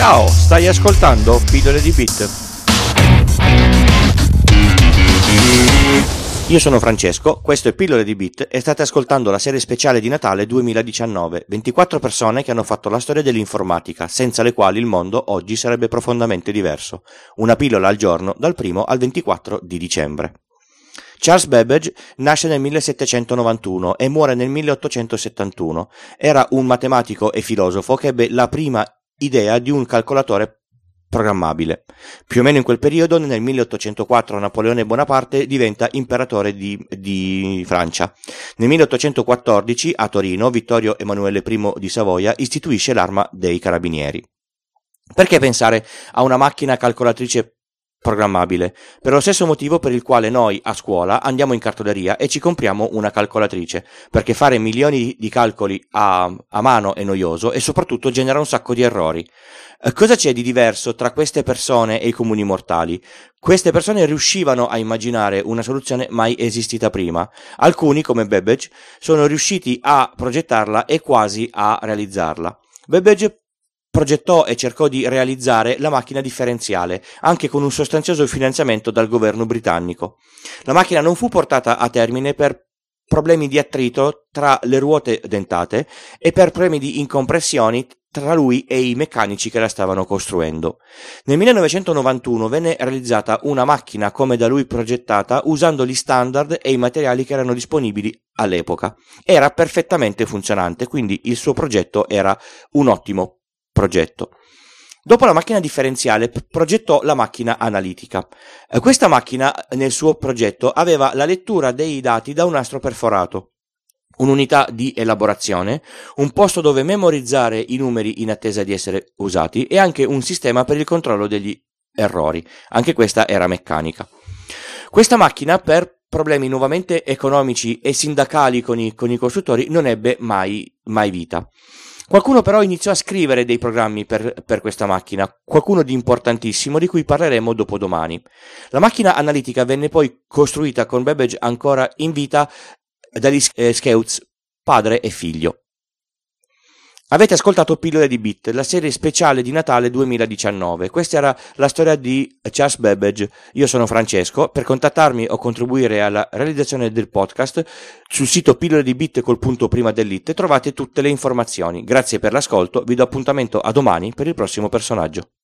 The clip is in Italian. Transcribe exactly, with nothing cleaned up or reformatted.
Ciao, stai ascoltando Pillole di Bit. Io sono Francesco, questo è Pillole di Bit e state ascoltando la serie speciale di Natale duemiladiciannove, ventiquattro persone che hanno fatto la storia dell'informatica, senza le quali il mondo oggi sarebbe profondamente diverso. Una pillola al giorno, dal primo al ventiquattro di dicembre. Charles Babbage nasce nel millesettecentonovantuno e muore nel milleottocentosettantuno. Era un matematico e filosofo che ebbe la prima idea di un calcolatore programmabile. Più o meno in quel periodo, nel milleottocentoquattro, Napoleone Bonaparte diventa imperatore di, di Francia. Nel milleottocentoquattordici, a Torino, Vittorio Emanuele I di Savoia istituisce l'arma dei carabinieri. Perché pensare a una macchina calcolatrice programmabile? Per lo stesso motivo per il quale noi a scuola andiamo in cartoleria e ci compriamo una calcolatrice, perché fare milioni di calcoli a, a mano è noioso e soprattutto genera un sacco di errori. Eh, cosa c'è di diverso tra queste persone e i comuni mortali? Queste persone riuscivano a immaginare una soluzione mai esistita prima. Alcuni, come Babbage, sono riusciti a progettarla e quasi a realizzarla. Babbage progettò e cercò di realizzare la macchina differenziale, anche con un sostanzioso finanziamento dal governo britannico. La macchina non fu portata a termine per problemi di attrito tra le ruote dentate e per problemi di incompressioni tra lui e i meccanici che la stavano costruendo. Nel millenovecentonovantuno venne realizzata una macchina come da lui progettata, usando gli standard e i materiali che erano disponibili all'epoca. Era perfettamente funzionante, quindi il suo progetto era un ottimo progetto. Dopo la macchina differenziale progettò la macchina analitica. Eh, questa macchina nel suo progetto aveva la lettura dei dati da un nastro perforato, un'unità di elaborazione, un posto dove memorizzare i numeri in attesa di essere usati e anche un sistema per il controllo degli errori. Anche questa era meccanica. Questa macchina, per problemi nuovamente economici e sindacali con i, con i costruttori, non ebbe mai, mai vita. Qualcuno però iniziò a scrivere dei programmi per, per questa macchina, qualcuno di importantissimo di cui parleremo dopodomani. La macchina analitica venne poi costruita con Babbage ancora in vita dagli eh, Scouts, padre e figlio. Avete ascoltato Pillole di Bit, la serie speciale di Natale duemiladiciannove. Questa era la storia di Charles Babbage. Io sono Francesco. Per contattarmi o contribuire alla realizzazione del podcast, sul sito Pillole di Bit col punto prima dell'it trovate tutte le informazioni. Grazie per l'ascolto, vi do appuntamento a domani per il prossimo personaggio.